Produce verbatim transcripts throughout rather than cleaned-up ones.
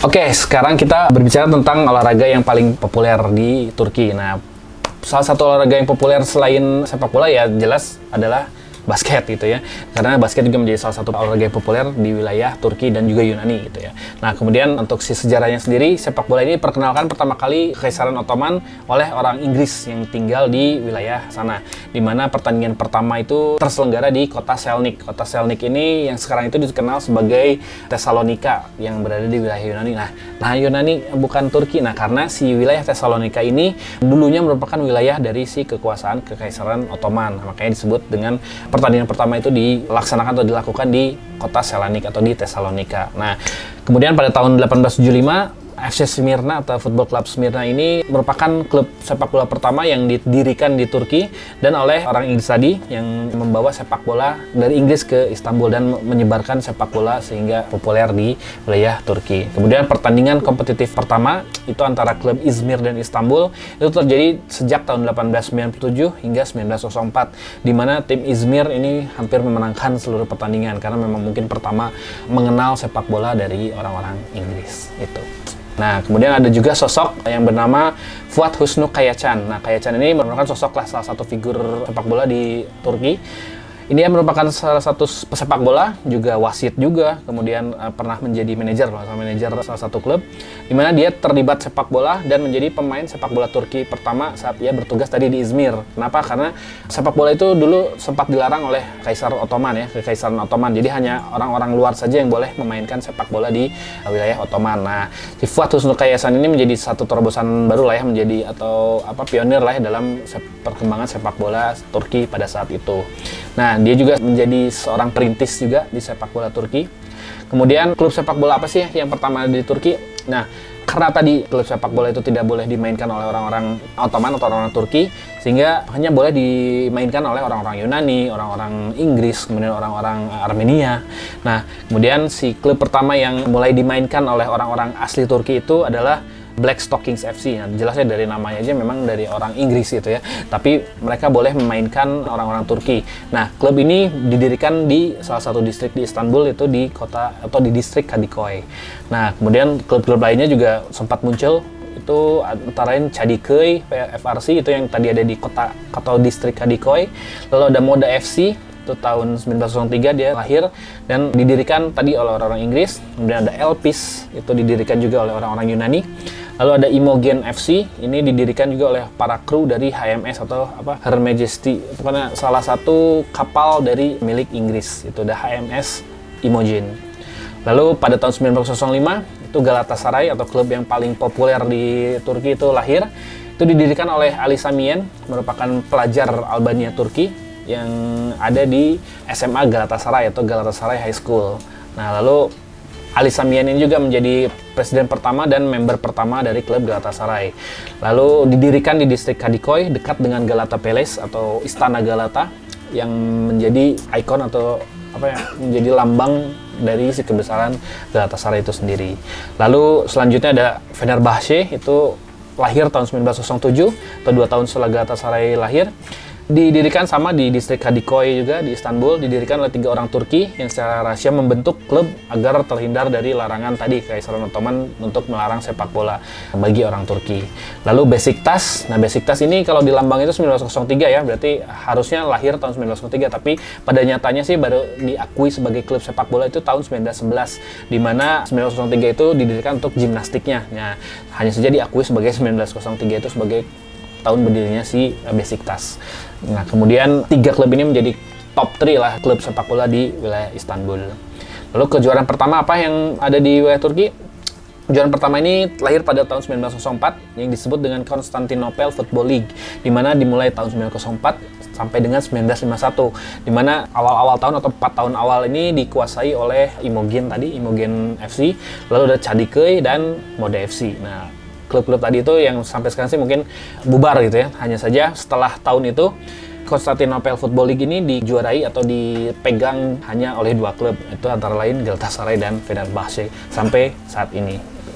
Oke, sekarang kita berbicara tentang olahraga yang paling populer di Turki. Nah, salah satu olahraga yang populer selain sepak bola ya jelas adalah basket gitu ya, karena basket juga menjadi salah satu olahraga yang populer di wilayah Turki dan juga Yunani gitu ya. Nah, kemudian untuk si sejarahnya sendiri, sepak bola ini diperkenalkan pertama kali Kekaisaran Ottoman oleh orang Inggris yang tinggal di wilayah sana, di mana pertandingan pertama itu terselenggara di kota Selnik. Kota Selnik ini yang sekarang itu dikenal sebagai Tesalonika yang berada di wilayah Yunani. Nah, nah Yunani bukan Turki. Nah, karena si wilayah Tesalonika ini dulunya merupakan wilayah dari si kekuasaan Kekaisaran Ottoman. Nah, makanya disebut dengan pertandingan pertama itu dilaksanakan atau dilakukan di kota Selanik atau di Tesalonika. Nah, kemudian pada tahun delapan belas tujuh puluh lima F C Smyrna atau Football Club Smyrna ini merupakan klub sepak bola pertama yang didirikan di Turki dan oleh orang Inggris tadi yang membawa sepak bola dari Inggris ke Istanbul dan menyebarkan sepak bola sehingga populer di wilayah Turki. Kemudian pertandingan kompetitif pertama itu antara klub Izmir dan Istanbul itu terjadi sejak tahun delapan belas sembilan puluh tujuh hingga sembilan belas nol empat, di mana tim Izmir ini hampir memenangkan seluruh pertandingan karena memang mungkin pertama mengenal sepak bola dari orang-orang Inggris itu. Nah, kemudian ada juga sosok yang bernama Fuat Husnu Kayacan. Nah, Kayacan ini merupakan sosok lah salah satu figur sepak bola di Turki. Ini merupakan salah satu pesepak bola, juga wasit juga, kemudian uh, pernah menjadi manajer, manajer salah satu klub, di mana dia terlibat sepak bola dan menjadi pemain sepak bola Turki pertama saat ia bertugas tadi di Izmir. Kenapa? Karena sepak bola itu dulu sempat dilarang oleh Kaisar Ottoman ya, Kekaisaran Ottoman. Jadi hanya orang-orang luar saja yang boleh memainkan sepak bola di uh, wilayah Ottoman. Nah, si Fuat Husnu Kayacan ini menjadi satu terobosan baru lah ya, menjadi atau apa pionir lah ya dalam se- perkembangan sepak bola Turki pada saat itu. Nah, dia juga menjadi seorang perintis juga di sepak bola Turki. Kemudian klub sepak bola apa sih yang pertama di Turki? Nah, karena tadi klub sepak bola itu tidak boleh dimainkan oleh orang-orang Ottoman atau orang-orang Turki, sehingga hanya boleh dimainkan oleh orang-orang Yunani, orang-orang Inggris, kemudian orang-orang Armenia. Nah, kemudian si klub pertama yang mulai dimainkan oleh orang-orang asli Turki itu adalah Black Stockings F C. Nah, jelasnya dari namanya aja memang dari orang Inggris gitu ya. Tapi mereka boleh memainkan orang-orang Turki. Nah, klub ini didirikan di salah satu distrik di Istanbul, itu di kota atau di distrik Kadıköy. Nah, kemudian klub-klub lainnya juga sempat muncul, itu antara lain Kadıköy F R C itu yang tadi ada di kota atau distrik Kadıköy. Lalu ada Moda F C itu tahun sembilan belas nol tiga dia lahir dan didirikan tadi oleh orang-orang Inggris. Kemudian ada Elpis itu didirikan juga oleh orang-orang Yunani. Lalu ada Imogen F C, ini didirikan juga oleh para kru dari H M S atau apa Her Majesty, pokoknya salah satu kapal dari milik Inggris, itu ada H M S Imogen. Lalu pada tahun sembilan belas nol lima itu Galatasaray atau klub yang paling populer di Turki itu lahir. Itu didirikan oleh Ali Samiyen, merupakan pelajar Albania Turki yang ada di S M A Galatasaray atau Galatasaray High School. Nah, lalu Ali Samiyen ini juga menjadi presiden pertama dan member pertama dari klub Galatasaray. Lalu didirikan di distrik Kadıköy dekat dengan Galata Palace atau Istana Galata yang menjadi ikon atau apa ya, menjadi lambang dari si kebesaran Galatasaray itu sendiri. Lalu selanjutnya ada Fenerbahce, itu lahir tahun sembilan belas nol tujuh atau dua tahun setelah Galatasaray lahir. Didirikan sama di distrik Kadıköy juga di Istanbul, didirikan oleh tiga orang Turki yang secara rahasia membentuk klub agar terhindar dari larangan tadi Kekaisaran Ottoman untuk melarang sepak bola bagi orang Turki. Lalu Besiktas, nah Besiktas ini kalau di lambang itu sembilan belas nol tiga ya, berarti harusnya lahir tahun sembilan belas nol tiga, tapi pada nyatanya sih baru diakui sebagai klub sepak bola itu tahun sembilan belas sebelas, di mana sembilan belas nol tiga itu didirikan untuk gimnastiknya. Nah, hanya saja diakui sebagai sembilan belas nol tiga itu sebagai tahun berdirinya si Besiktas. Nah, kemudian tiga klub ini menjadi top tiga lah klub sepak bola di wilayah Istanbul. Lalu kejuaraan pertama apa yang ada di wilayah Turki? Kejuaraan pertama ini lahir pada tahun sembilan belas nol empat yang disebut dengan Constantinople Football League, di mana dimulai tahun sembilan belas nol empat sampai dengan sembilan belas lima puluh satu, di mana awal-awal tahun atau empat tahun awal ini dikuasai oleh Imogen tadi, Imogen F C, lalu ada Kadıköy dan Moda F C. Nah, klub-klub tadi itu yang sampai sekarang sih mungkin bubar gitu ya. Hanya saja setelah tahun itu Constantinople Football League ini dijuarai atau dipegang hanya oleh dua klub, itu antara lain Galatasaray dan Fenerbahce sampai saat ini.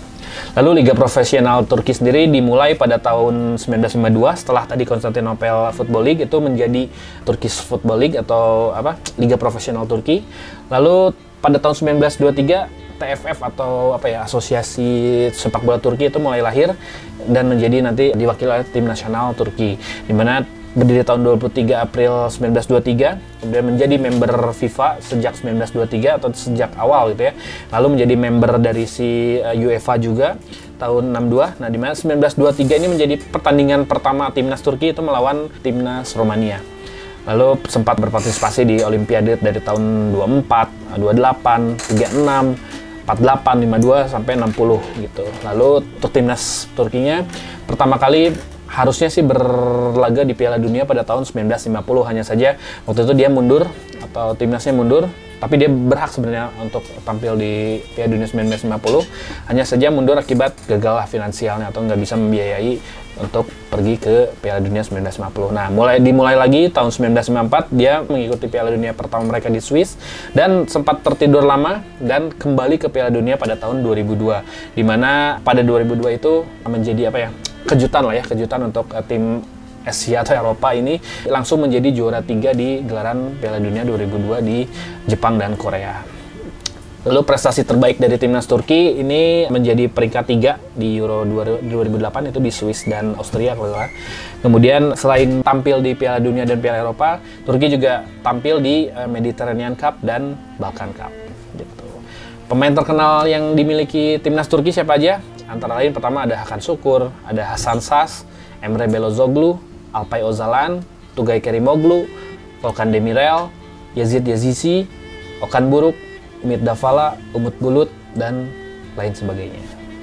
Lalu Liga Profesional Turki sendiri dimulai pada tahun sembilan belas lima puluh dua setelah tadi Constantinople Football League itu menjadi Turkish Football League atau apa Liga Profesional Turki. Lalu pada tahun sembilan belas dua puluh tiga T F F atau apa ya, Asosiasi Sepak Bola Turki itu mulai lahir dan menjadi nanti diwakili oleh tim nasional Turki, di mana berdiri tahun dua puluh tiga April seribu sembilan ratus dua puluh tiga, kemudian menjadi member FIFA sejak seribu sembilan ratus dua puluh tiga atau sejak awal gitu ya. Lalu menjadi member dari si uh, UEFA juga tahun enam puluh dua. Nah, di mana seribu sembilan ratus dua puluh tiga ini menjadi pertandingan pertama timnas Turki itu melawan timnas Romania. Lalu sempat berpartisipasi di Olimpiade dari tahun dua puluh empat, dua puluh delapan, tiga puluh enam, empat puluh delapan, lima puluh dua sampai enam puluh gitu. Lalu untuk timnas Turkinya pertama kali harusnya sih berlaga di Piala Dunia pada tahun seribu sembilan ratus lima puluh, hanya saja waktu itu dia mundur atau timnasnya mundur, tapi dia berhak sebenarnya untuk tampil di Piala Dunia seribu sembilan ratus lima puluh, hanya saja mundur akibat gagal finansialnya atau nggak bisa membiayai untuk pergi ke Piala Dunia seribu sembilan ratus lima puluh. Nah, mulai dimulai lagi tahun seribu sembilan ratus lima puluh empat, dia mengikuti Piala Dunia pertama mereka di Swiss dan sempat tertidur lama dan kembali ke Piala Dunia pada tahun dua ribu dua, di mana pada dua ribu dua itu menjadi apa ya, kejutan lah ya, kejutan untuk uh, tim Asia atau Eropa ini langsung menjadi juara tiga di gelaran Piala Dunia dua ribu dua di Jepang dan Korea. Lalu prestasi terbaik dari timnas Turki ini menjadi peringkat tiga di Euro dua ribu delapan, itu di Swiss dan Austria kalau salah. Kemudian selain tampil di Piala Dunia dan Piala Eropa, Turki juga tampil di uh, Mediterranean Cup dan Balkan Cup. Gitu. Pemain terkenal yang dimiliki timnas Turki siapa aja? Antara lain pertama ada Hakan Şükür, ada Hasan Şaş, Emre Belözoğlu, Alpay Özalan, Tugay Kerimoglu, Volkan Demirel, Yazid Yazici, Okan Buruk, Ümit Davala, Umut Bulut, dan lain sebagainya.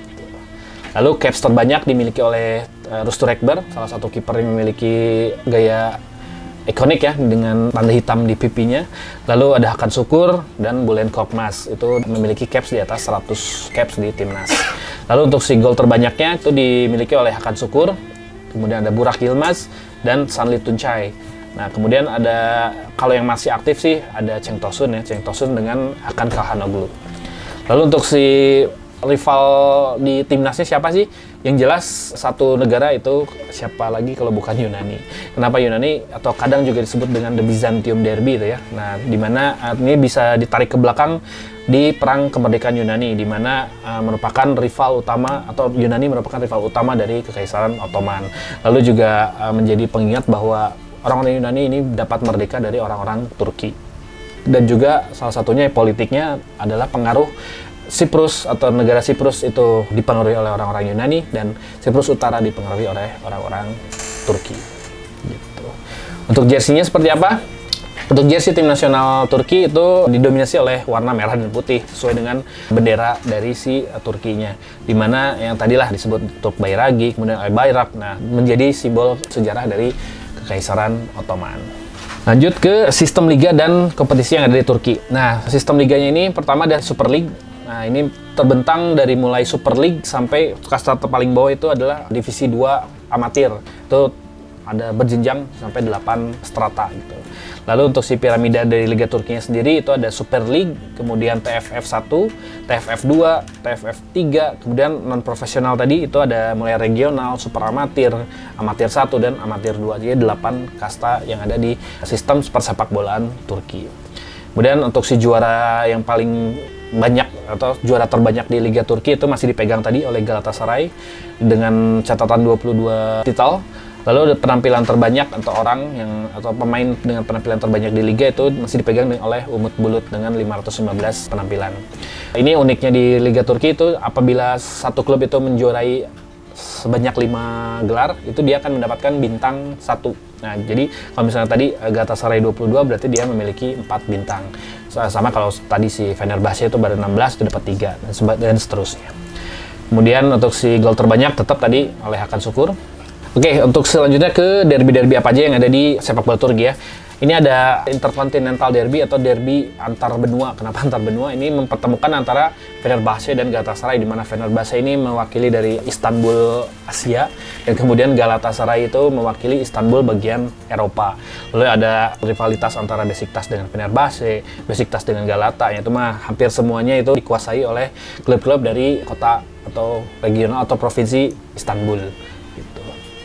Lalu caps terbanyak dimiliki oleh uh, Rustur Ekber, salah satu kiper yang memiliki gaya ikonik ya dengan tanda hitam di pipinya. Lalu ada Hakan Şükür dan Bülent Korkmaz, itu memiliki caps di atas seratus caps di timnas. Lalu untuk si gol terbanyaknya itu dimiliki oleh Hakan Şükür, kemudian ada Burak Yilmaz dan Sanli Tuncay. Nah, kemudian ada, kalau yang masih aktif sih ada Cenk Tosun ya, Cenk Tosun dengan Hakan Çalhanoğlu. Lalu untuk si rival di timnasnya siapa sih? Yang jelas satu negara itu siapa lagi kalau bukan Yunani. Kenapa Yunani? Atau kadang juga disebut dengan The Byzantium Derby itu ya. Nah, di mana ini bisa ditarik ke belakang di perang kemerdekaan Yunani, di mana uh, merupakan rival utama atau Yunani merupakan rival utama dari Kekaisaran Ottoman. Lalu juga uh, menjadi pengingat bahwa orang-orang Yunani ini dapat merdeka dari orang-orang Turki. Dan juga salah satunya politiknya adalah pengaruh Siprus atau negara Siprus itu dipengaruhi oleh orang-orang Yunani dan Siprus Utara dipengaruhi oleh orang-orang Turki. Gitu. Untuk jersinya seperti apa? Untuk jersey tim nasional Turki itu didominasi oleh warna merah dan putih sesuai dengan bendera dari si uh, Turkinya. Dimana yang tadilah disebut Turk Bayragi, kemudian Al Bayrak, nah menjadi simbol sejarah dari Kekaisaran Ottoman. Lanjut ke sistem liga dan kompetisi yang ada di Turki. Nah, sistem liganya ini pertama ada Super League. Nah, ini terbentang dari mulai Super League sampai kasta terpaling bawah itu adalah divisi dua amatir. Itu ada berjenjang sampai delapan strata gitu. Lalu untuk si piramida dari Liga Turkinya sendiri itu ada Super League, kemudian T F F satu, T F F dua, T F F tiga, kemudian non profesional tadi itu ada mulai regional, super amatir, amatir satu dan amatir dua. Jadi delapan kasta yang ada di sistem persepak bolaan Turki. Kemudian untuk si juara yang paling banyak atau juara terbanyak di Liga Turki itu masih dipegang tadi oleh Galatasaray dengan catatan dua puluh dua titel. Lalu penampilan terbanyak atau orang yang atau pemain dengan penampilan terbanyak di liga itu masih dipegang oleh Umut Bulut dengan lima ratus lima belas penampilan. Ini uniknya di Liga Turki itu apabila satu klub itu menjuarai sebanyak lima gelar, itu dia akan mendapatkan bintang satu. Nah, jadi kalau misalnya tadi Galatasaray dua puluh dua berarti dia memiliki empat bintang. Sama kalau tadi si Fenerbahce itu baru enam belas itu dapat tiga dan seterusnya. Kemudian untuk si gol terbanyak tetap tadi oleh Hakan Şükür. Oke, okay, untuk selanjutnya ke derby-derby apa aja yang ada di sepak bola Turki ya. Ini ada Intercontinental Derby atau derby antar benua. Kenapa antar benua? Ini mempertemukan antara Fenerbahce dan Galatasaray, di mana Fenerbahce ini mewakili dari Istanbul Asia dan kemudian Galatasaray itu mewakili Istanbul bagian Eropa. Lalu ada rivalitas antara Besiktas dengan Fenerbahce, Besiktas dengan Galata, itu mah hampir semuanya itu dikuasai oleh klub-klub dari kota atau regional atau provinsi Istanbul.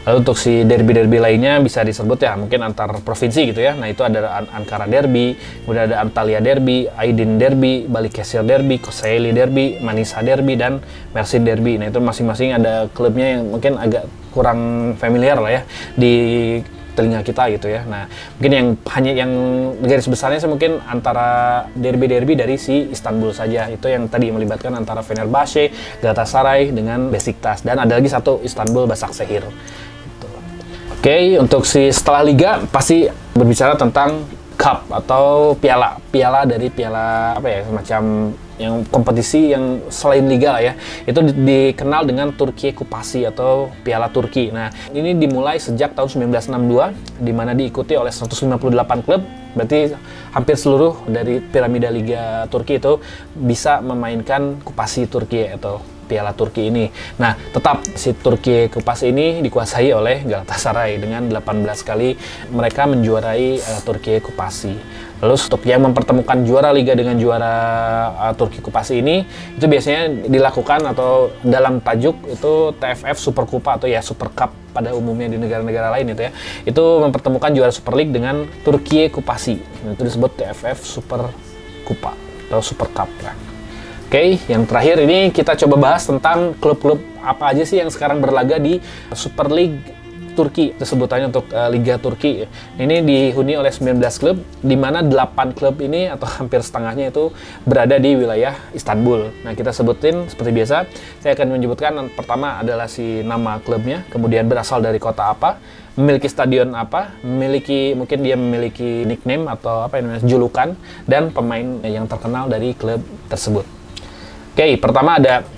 Lalu untuk si derby-derby lainnya bisa disebut ya mungkin antar provinsi gitu ya. Nah itu ada An- Ankara Derby, kemudian ada Antalya Derby, Aydin Derby, Balıkesir Derby, Kocaeli Derby, Manisa Derby, dan Mersin Derby. Nah itu masing-masing ada klubnya yang mungkin agak kurang familiar lah ya di telinga kita gitu ya. Nah, mungkin yang hanya yang garis besarnya sih mungkin antara derby-derby dari si Istanbul saja. Itu yang tadi melibatkan antara Fenerbahce, Galatasaray dengan Besiktas, dan ada lagi satu Istanbul Başakşehir. Gitu. Oke, untuk si setelah liga pasti berbicara tentang cup atau piala. Piala dari piala apa ya, semacam yang kompetisi yang selain liga lah ya, itu di- dikenal dengan Türkiye Kupası atau Piala Turki. Nah, ini dimulai sejak tahun seribu sembilan ratus enam puluh dua, di mana diikuti oleh seratus lima puluh delapan klub, berarti hampir seluruh dari piramida Liga Turki itu bisa memainkan Kupası Turki atau Piala Turki ini. Nah, tetap si Türkiye Kupası ini dikuasai oleh Galatasaray dengan delapan belas kali mereka menjuarai uh, Türkiye Kupası. Lalu untuk yang mempertemukan juara liga dengan juara uh, Turki Kupası ini, itu biasanya dilakukan atau dalam tajuk itu T F F Super Kupa atau ya Super Cup pada umumnya di negara-negara lain itu ya. Itu mempertemukan juara Super League dengan Türkiye Kupası. Itu disebut T F F Super Kupa atau Super Cup ya. Oke, yang terakhir ini kita coba bahas tentang klub-klub apa aja sih yang sekarang berlaga di Super League Turki, itu sebutannya untuk uh, Liga Turki. Ini dihuni oleh sembilan belas klub, di mana delapan klub ini atau hampir setengahnya itu berada di wilayah Istanbul. Nah, kita sebutin seperti biasa. Saya akan menyebutkan yang pertama adalah si nama klubnya, kemudian berasal dari kota apa, memiliki stadion apa, memiliki mungkin dia memiliki nickname atau apa namanya julukan, dan pemain yang terkenal dari klub tersebut. Oke, pertama ada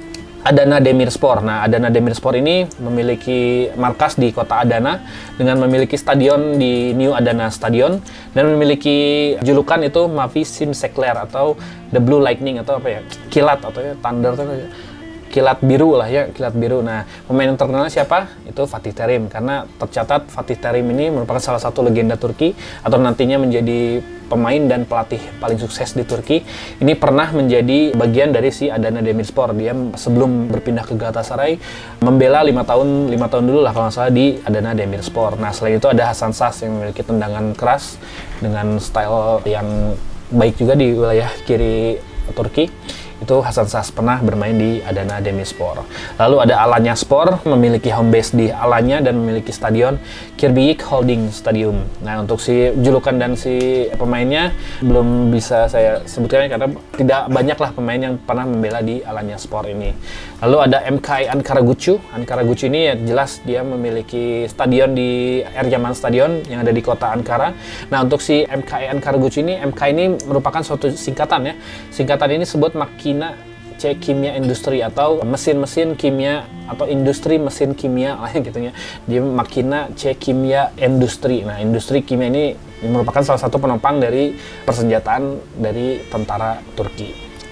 Adana Demirspor. Nah, Adana Demirspor ini memiliki markas di kota Adana dengan memiliki stadion di New Adana Stadion dan memiliki julukan itu Mavi Şimşekler atau The Blue Lightning atau apa ya, kilat atau ya, thunder atau kilat biru lah ya, kilat biru. Nah, pemain yang terkenal siapa? Itu Fatih Terim, karena tercatat Fatih Terim ini merupakan salah satu legenda Turki atau nantinya menjadi pemain dan pelatih paling sukses di Turki. Ini pernah menjadi bagian dari si Adana Demirspor. Dia sebelum berpindah ke Galatasaray membela lima tahun lima tahun dulu lah kalau nggak salah di Adana Demirspor. Nah, selain itu ada Hasan Şaş yang memiliki tendangan keras dengan style yang baik juga di wilayah kiri Turki. Itu Hasan Şaş pernah bermain di Adana Demirspor. Lalu ada Alanyaspor, memiliki home base di Alanya dan memiliki stadion Kirbiyik Holding Stadium. Nah, untuk si julukan dan si pemainnya belum bisa saya sebutkan karena tidak banyaklah pemain yang pernah membela di Alanyaspor ini. Lalu ada M K I Ankaragucu. Ankaragucu ini ya jelas dia memiliki stadion di Eryaman Stadion yang ada di kota Ankara. Nah, untuk si M K I Ankaragucu ini, M K I ini merupakan suatu singkatan ya. Singkatan ini sebut Makina C Kimia Industri atau mesin-mesin kimia atau industri mesin kimia lah gitu ya. Dia Makina C Kimia Industri. Nah, industri kimia ini merupakan salah satu penopang dari persenjataan dari tentara Turki.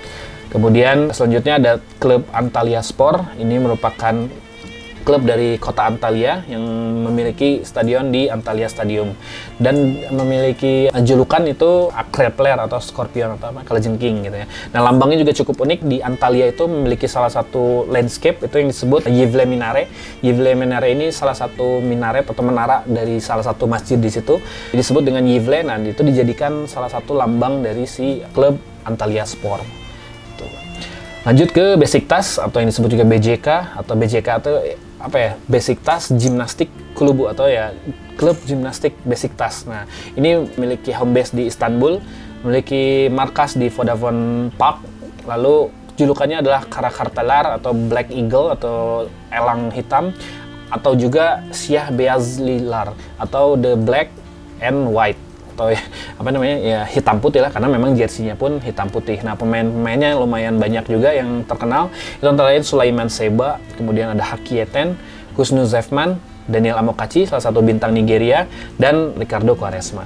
Kemudian selanjutnya ada klub Antalyaspor. Ini merupakan klub dari kota Antalya yang memiliki stadion di Antalya Stadium dan memiliki julukan itu Akrepler atau Scorpion atau apa, kalajengking gitu ya. Nah, lambangnya juga cukup unik. Di Antalya itu memiliki salah satu landscape itu yang disebut Yivle Minare. Yivle Minare ini salah satu minaret atau menara dari salah satu masjid di situ. Disebut dengan Yivle. Nah, itu dijadikan salah satu lambang dari si klub Antalyaspor. Tuh. Lanjut ke Besiktas atau yang disebut juga B J K atau B J K atau apa ya, Besiktas Gimnastik Klubu atau ya klub gimnastik Besiktas. Nah, ini memiliki home base di Istanbul, memiliki markas di Vodafone Park, lalu julukannya adalah Karakartalar atau Black Eagle atau elang hitam, atau juga Siyah Beyaz Lilar atau The Black and White atau ya, apa namanya ya hitam putih lah, karena memang jersey-nya pun hitam putih. Nah, pemain-pemainnya lumayan banyak juga yang terkenal. Itu antara lain Sulaiman Seba, kemudian ada Haki Yeten, Husnu Zefman, Daniel Amokachi, salah satu bintang Nigeria, dan Ricardo Quaresma.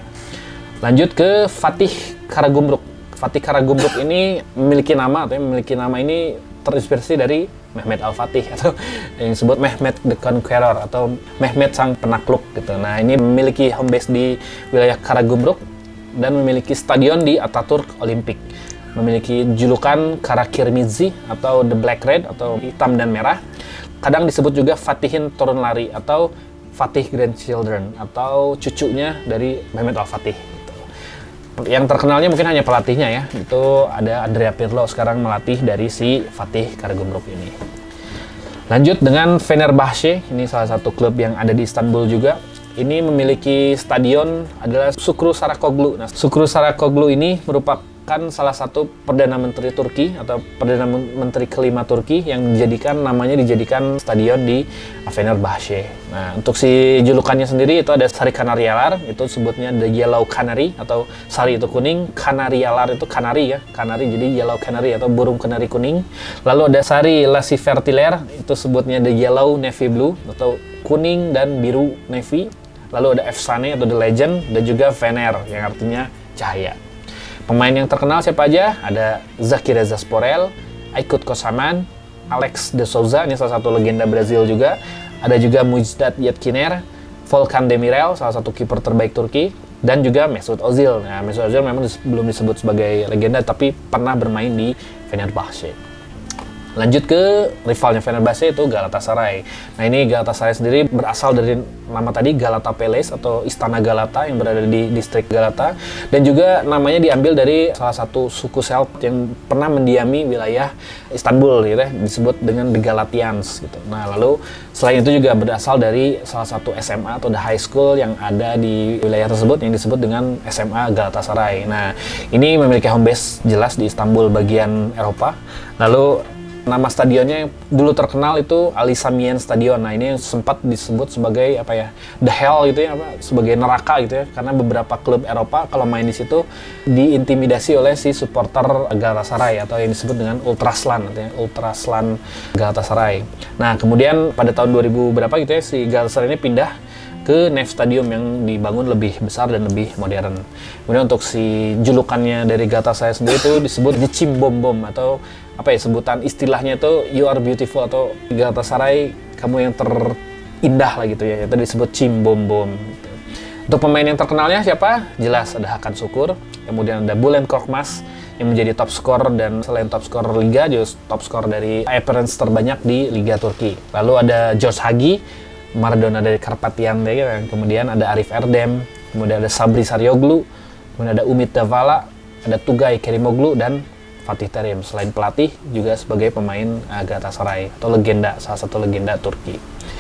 Lanjut ke Fatih Karagümrük. Fatih Karagümrük ini memiliki nama atau memiliki nama ini terinspirasi dari Mehmet Al-Fatih atau yang disebut Mehmet the Conqueror atau Mehmet sang penakluk gitu. Nah, ini memiliki home base di wilayah Karagümrük dan memiliki stadion di Atatürk Olympic. memiliki julukan Karakirmizi atau The Black Red atau hitam dan merah. Kadang disebut juga Fatihin turun lari atau Fatih Grandchildren atau cucunya dari Mehmet Al-Fatih. Gitu. Yang terkenalnya mungkin hanya pelatihnya ya, itu ada Andrea Pirlo sekarang melatih dari si Fatih Karagümrük ini. Lanjut dengan Fenerbahçe, ini salah satu klub yang ada di Istanbul juga. Ini memiliki stadion adalah Şükrü Saracoğlu. Nah, Şükrü Saracoğlu ini merupakan salah satu Perdana Menteri Turki atau Perdana Menteri kelima Turki yang dijadikan namanya dijadikan stadion di Fenerbahçe. Nah, untuk si julukannya sendiri itu ada Sarı Kanaryalar, itu sebutnya The Yellow Canary atau Sari itu kuning, Kanaryalar itu kanari ya, kanari jadi Yellow Canary atau burung kenari kuning. Lalu ada Sari Lasivertiler, itu sebutnya The Yellow Navy Blue atau kuning dan biru navy. Lalu ada Efsane atau The Legend dan juga Fener yang artinya cahaya. Pemain yang terkenal siapa aja? Ada Zaki Reza Sporel, Aykut Kocaman, Alex de Souza, ini salah satu legenda Brazil juga. Ada juga Mujdad Yetkiner, Volkan Demirel, salah satu kiper terbaik Turki, dan juga Mesut Ozil. Nah, Mesut Ozil memang dis- belum disebut sebagai legenda, tapi pernah bermain di Fenerbahçe. Lanjut ke rivalnya Fenerbahçe itu Galatasaray. Nah, ini Galatasaray sendiri berasal dari nama tadi Galata Palace atau Istana Galata yang berada di distrik Galata, dan juga namanya diambil dari salah satu suku Celt yang pernah mendiami wilayah Istanbul gitu ya, disebut dengan The Galatians gitu. Nah, lalu selain itu juga berasal dari salah satu S M A atau the high school yang ada di wilayah tersebut yang disebut dengan S M A Galatasaray. Nah, ini memiliki home base jelas di Istanbul bagian Eropa. Lalu nama stadionnya yang dulu terkenal itu Ali Samiyen Stadion. Nah, ini yang sempat disebut sebagai apa ya, the hell gitu ya, apa, sebagai neraka gitu ya, karena beberapa klub Eropa kalau main di situ diintimidasi oleh si supporter Galatasaray atau yang disebut dengan Ultraslan, artinya Ultraslan Galatasaray. Nah, kemudian pada tahun dua ribu berapa gitu ya, si Galatasaray ini pindah ke Nef Stadium yang dibangun lebih besar dan lebih modern. Kemudian untuk si julukannya dari Galatasaray sendiri itu disebut The Cimbombom atau apa ya, sebutan istilahnya itu You Are Beautiful atau Galatasaray kamu yang terindah lah gitu ya, itu disebut Cimbombom. Gitu. Untuk pemain yang terkenalnya siapa? Jelas ada Hakan Şükür, kemudian ada Bülent Korkmaz yang menjadi top skor, dan selain top skor Liga juga top skor dari appearance terbanyak di Liga Turki. Lalu ada George Hagi, Maradona dari Karpatian, ya, kemudian ada Arif Erdem, kemudian ada Sabri Sarıoğlu, kemudian ada Umit Davala, ada Tugay Kerimoglu, dan Fatih Terim. Selain pelatih, juga sebagai pemain uh, Galatasaray atau legenda, salah satu legenda Turki.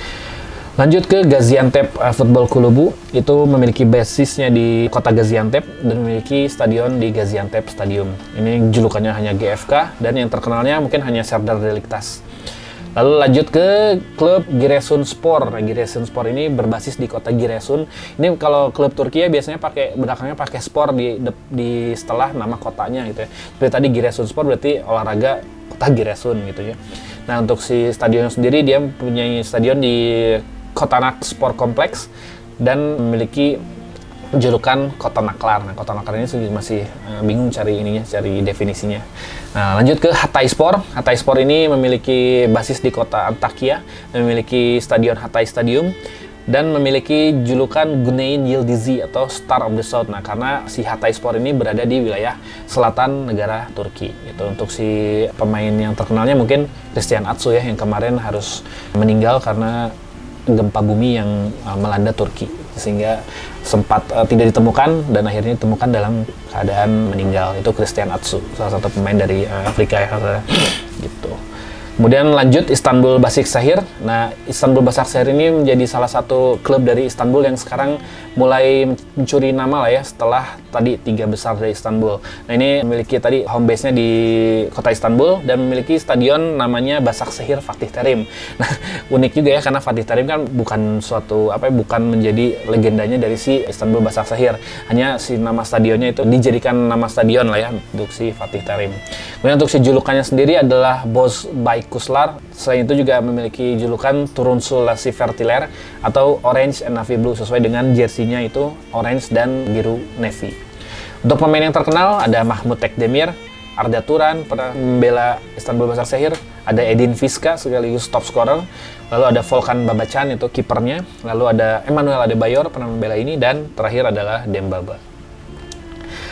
Lanjut ke Gaziantep uh, Football Kulübü, itu memiliki basisnya di kota Gaziantep dan memiliki stadion di Gaziantep Stadium. Ini julukannya hanya G F K, dan yang terkenalnya mungkin hanya Serdar Deliktas. Lalu lanjut ke klub Giresunspor. Nah, Giresunspor ini berbasis di kota Giresun. Ini kalau klub Turki ya biasanya pakai belakangnya pakai spor di, di di setelah nama kotanya gitu ya. Seperti tadi Giresunspor berarti olahraga kota Giresun gitu ya. Nah, untuk si stadion sendiri dia punya stadion di Kotanak Sport Complex dan memiliki julukan Kota Naklar. Nah, Kota Naklar ini masih uh, bingung cari ininya, cari definisinya. Nah, lanjut ke Hatayspor. Hatayspor ini memiliki basis di kota Antakya, memiliki stadion Hatay Stadium, dan memiliki julukan Güneyin Yıldızı atau Star of the South. Nah, karena si Hatayspor ini berada di wilayah selatan negara Turki. Itu untuk si pemain yang terkenalnya mungkin Christian Atsu ya, yang kemarin harus meninggal karena gempa bumi yang uh, melanda Turki, sehingga sempat uh, tidak ditemukan dan akhirnya ditemukan dalam keadaan meninggal. Itu Christian Atsu, salah satu pemain dari uh, Afrika ya, gitu. Kemudian lanjut Istanbul Başakşehir. Nah, Istanbul Başakşehir ini menjadi salah satu klub dari Istanbul yang sekarang mulai mencuri nama lah ya, setelah tadi tiga besar dari Istanbul. Nah, ini memiliki tadi home base-nya di kota Istanbul dan memiliki stadion namanya Başakşehir Fatih Terim. Nah, unik juga ya, karena Fatih Terim kan bukan suatu apa ya, bukan menjadi legendanya dari si Istanbul Başakşehir. Hanya si nama stadionnya itu dijadikan nama stadion lah ya untuk si Fatih Terim. Kemudian untuk si julukannya sendiri adalah Boz Bay Kuslar. Selain itu juga memiliki julukan Turunsul Lasivertiler atau Orange and Navy Blue, sesuai dengan jersinya itu orange dan biru navy. Untuk pemain yang terkenal ada Mahmut Tekdemir, Arda Turan pernah membela Istanbul Başakşehir, ada Edin Viska sekaligus top scorer, lalu ada Volkan Babacan itu kipernya, lalu ada Emmanuel Adebayor pernah membela ini, dan terakhir adalah Dembaba.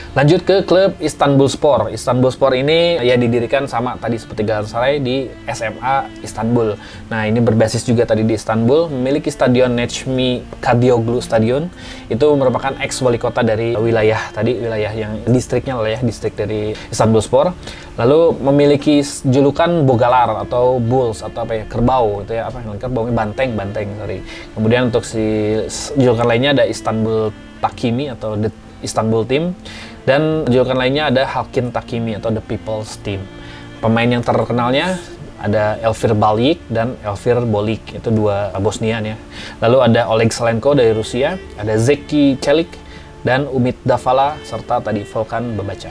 Lanjut ke klub Istanbulspor. Istanbulspor ini ya didirikan sama tadi seperti Galatasaray di S M A Istanbul. Nah, ini berbasis juga tadi di Istanbul, memiliki stadion Necmi Kadioglu Stadion. Itu merupakan ex wali kota dari wilayah tadi, wilayah yang distriknya lah ya, distrik dari Istanbulspor. Lalu memiliki julukan Bogalar atau Bulls atau apa ya, kerbau itu ya, apa yang kerbau, banteng, banteng, sorry. Kemudian untuk si julukan lainnya ada Istanbul Takimi atau The Istanbul Team. Dan julukan lainnya ada Halkin Takimi atau The People's Team. Pemain yang terkenalnya ada Elvir Balic dan Elvir Bolic, itu dua Bosnian ya. Lalu ada Oleg Selenko dari Rusia, ada Zeki Celik dan Umit Davala serta tadi Volkan Babacan.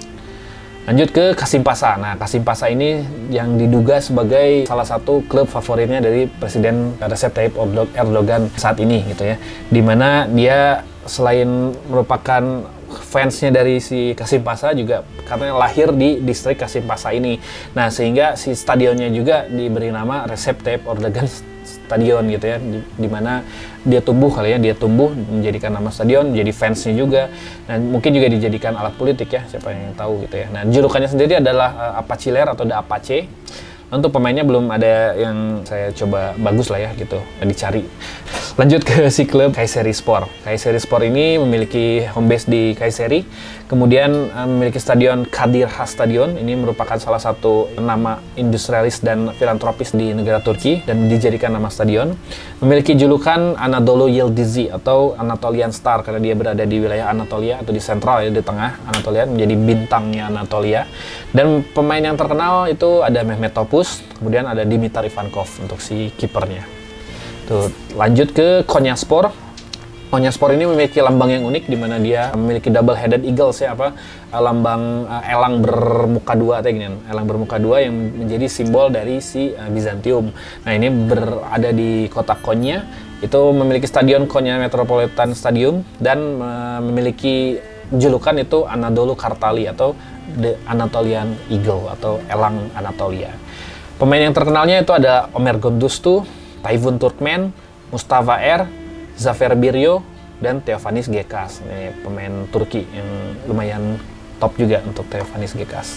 Lanjut ke Kasimpasa. Nah, Kasimpasa ini yang diduga sebagai salah satu klub favoritnya dari Presiden Recep Tayyip Erdogan saat ini gitu ya. Dimana dia selain merupakan fansnya dari si Kasimpasa juga karena lahir di distrik Kasimpasa ini. Nah, sehingga si stadionnya juga diberi nama Recep Tayyip Erdogan Stadion gitu ya, di, di mana dia tumbuh kali ya, dia tumbuh menjadikan nama stadion, menjadi fansnya juga. Nah, mungkin juga dijadikan alat politik ya, siapa yang tahu gitu ya. Nah, julukannya sendiri adalah uh, Apachiler atau The Apache. Untuk pemainnya belum ada yang saya coba bagus lah ya gitu, dicari. Lanjut ke si klub Kayserispor. Kayserispor ini memiliki home base di Kayseri, kemudian uh, memiliki stadion Kadir Has Stadion. Ini merupakan salah satu nama industrialis dan filantropis di negara Turki dan dijadikan nama stadion. Memiliki julukan Anadolu Yıldızı atau Anatolian Star karena dia berada di wilayah Anatolia atau di sentral ya, di tengah Anatolia, menjadi bintangnya Anatolia. Dan pemain yang terkenal itu ada Mehmet Topuz, kemudian ada Dimitar Ivankov untuk si kipernya. Tuh, lanjut ke Konyaspor. Konyaspor ini memiliki lambang yang unik di mana dia memiliki double headed eagles ya, apa lambang uh, elang bermuka dua atau gini, elang bermuka dua yang menjadi simbol dari si uh, Bizantium. Nah, ini berada di kota Konya, itu memiliki stadion Konya Metropolitan Stadium dan uh, memiliki julukan itu Anadolu Kartali atau The Anatolian Eagle atau elang Anatolia. Pemain yang terkenalnya itu ada Ömer Gündoğdu, Tayfun Türkmen, Mustafa Er, Zafer Biryo, dan Theofanis Gekas. Ini pemain Turki yang lumayan top juga untuk Theofanis Gekas.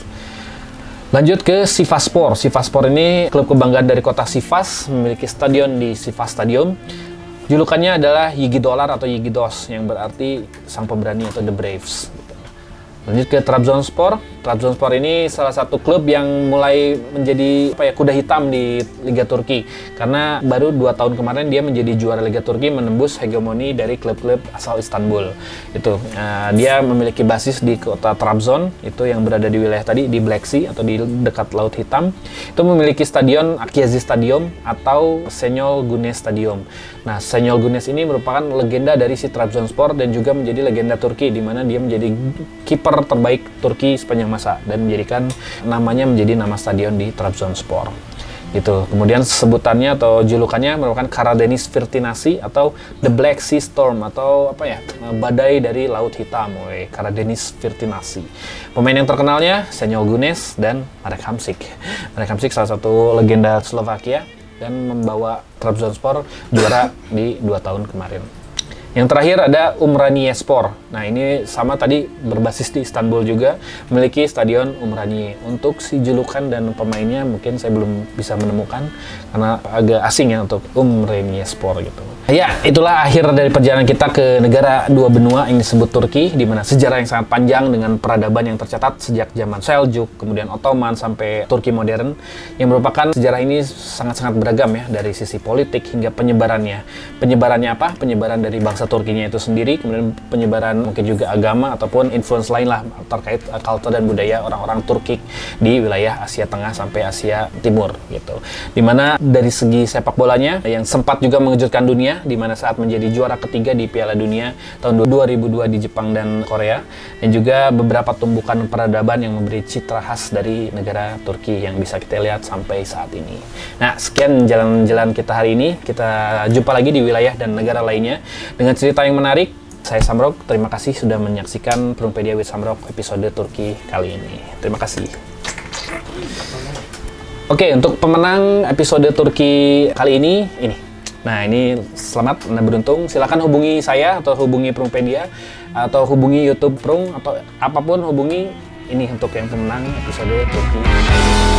Lanjut ke Sivasspor. Sivasspor ini klub kebanggaan dari kota Sivas, memiliki stadion di Sivas Stadium. Julukannya adalah Yigidolar atau Yigidos, yang berarti sang pemberani atau The Braves. Lanjut ke Trabzonspor. Trabzonspor ini salah satu klub yang mulai menjadi apa ya, kuda hitam di Liga Turki karena baru dua tahun kemarin dia menjadi juara Liga Turki, menembus hegemoni dari klub-klub asal Istanbul. Itu uh, dia memiliki basis di kota Trabzon, itu yang berada di wilayah tadi di Black Sea atau di dekat Laut Hitam. Itu memiliki stadion Akyazi Stadium atau Şenol Güneş Stadium. Nah, Şenol Güneş ini merupakan legenda dari si Trabzonspor dan juga menjadi legenda Turki di mana dia menjadi kiper terbaik Turki sepanjang masa dan menjadikan namanya menjadi nama stadion di Trabzonspor. Gitu. Kemudian sebutannya atau julukannya merupakan Karadeniz Fırtınası atau The Black Sea Storm atau apa ya, badai dari Laut Hitam, we, Karadeniz Fırtınası. Pemain yang terkenalnya Şenol Güneş dan Marek Hamšík. Marek Hamšík salah satu legenda Slovakia dan membawa Trabzonspor juara di dua tahun kemarin. Yang terakhir ada Umraniyespor. Nah, ini sama tadi berbasis di Istanbul juga, memiliki stadion Umraniye. Untuk si julukan dan pemainnya mungkin saya belum bisa menemukan karena agak asing ya untuk Umraniyespor gitu. Ya, itulah akhir dari perjalanan kita ke negara dua benua yang disebut Turki, di mana sejarah yang sangat panjang dengan peradaban yang tercatat sejak zaman Seljuk, kemudian Ottoman sampai Turki modern, yang merupakan sejarah ini sangat-sangat beragam ya, dari sisi politik hingga penyebarannya. Penyebarannya apa? Penyebaran dari bangsa Turkinya itu sendiri, kemudian penyebaran mungkin juga agama ataupun influence lain lah terkait culture dan budaya orang-orang Turki di wilayah Asia Tengah sampai Asia Timur gitu. Dimana dari segi sepak bolanya yang sempat juga mengejutkan dunia, di mana saat menjadi juara ketiga di Piala Dunia tahun dua ribu dua di Jepang dan Korea, dan juga beberapa tumbukan peradaban yang memberi citra khas dari negara Turki yang bisa kita lihat sampai saat ini. Nah, sekian jalan-jalan kita hari ini. Kita jumpa lagi di wilayah dan negara lainnya dengan cerita yang menarik. Saya Samrok, terima kasih sudah menyaksikan Prumpedia with Samrok episode Turki kali ini. Terima kasih. Oke, untuk pemenang episode Turki kali ini, ini Nah ini selamat, Anda beruntung. Silakan hubungi saya atau hubungi Prungpedia atau hubungi YouTube Prung atau apapun, hubungi ini untuk yang pemenang episode Turki.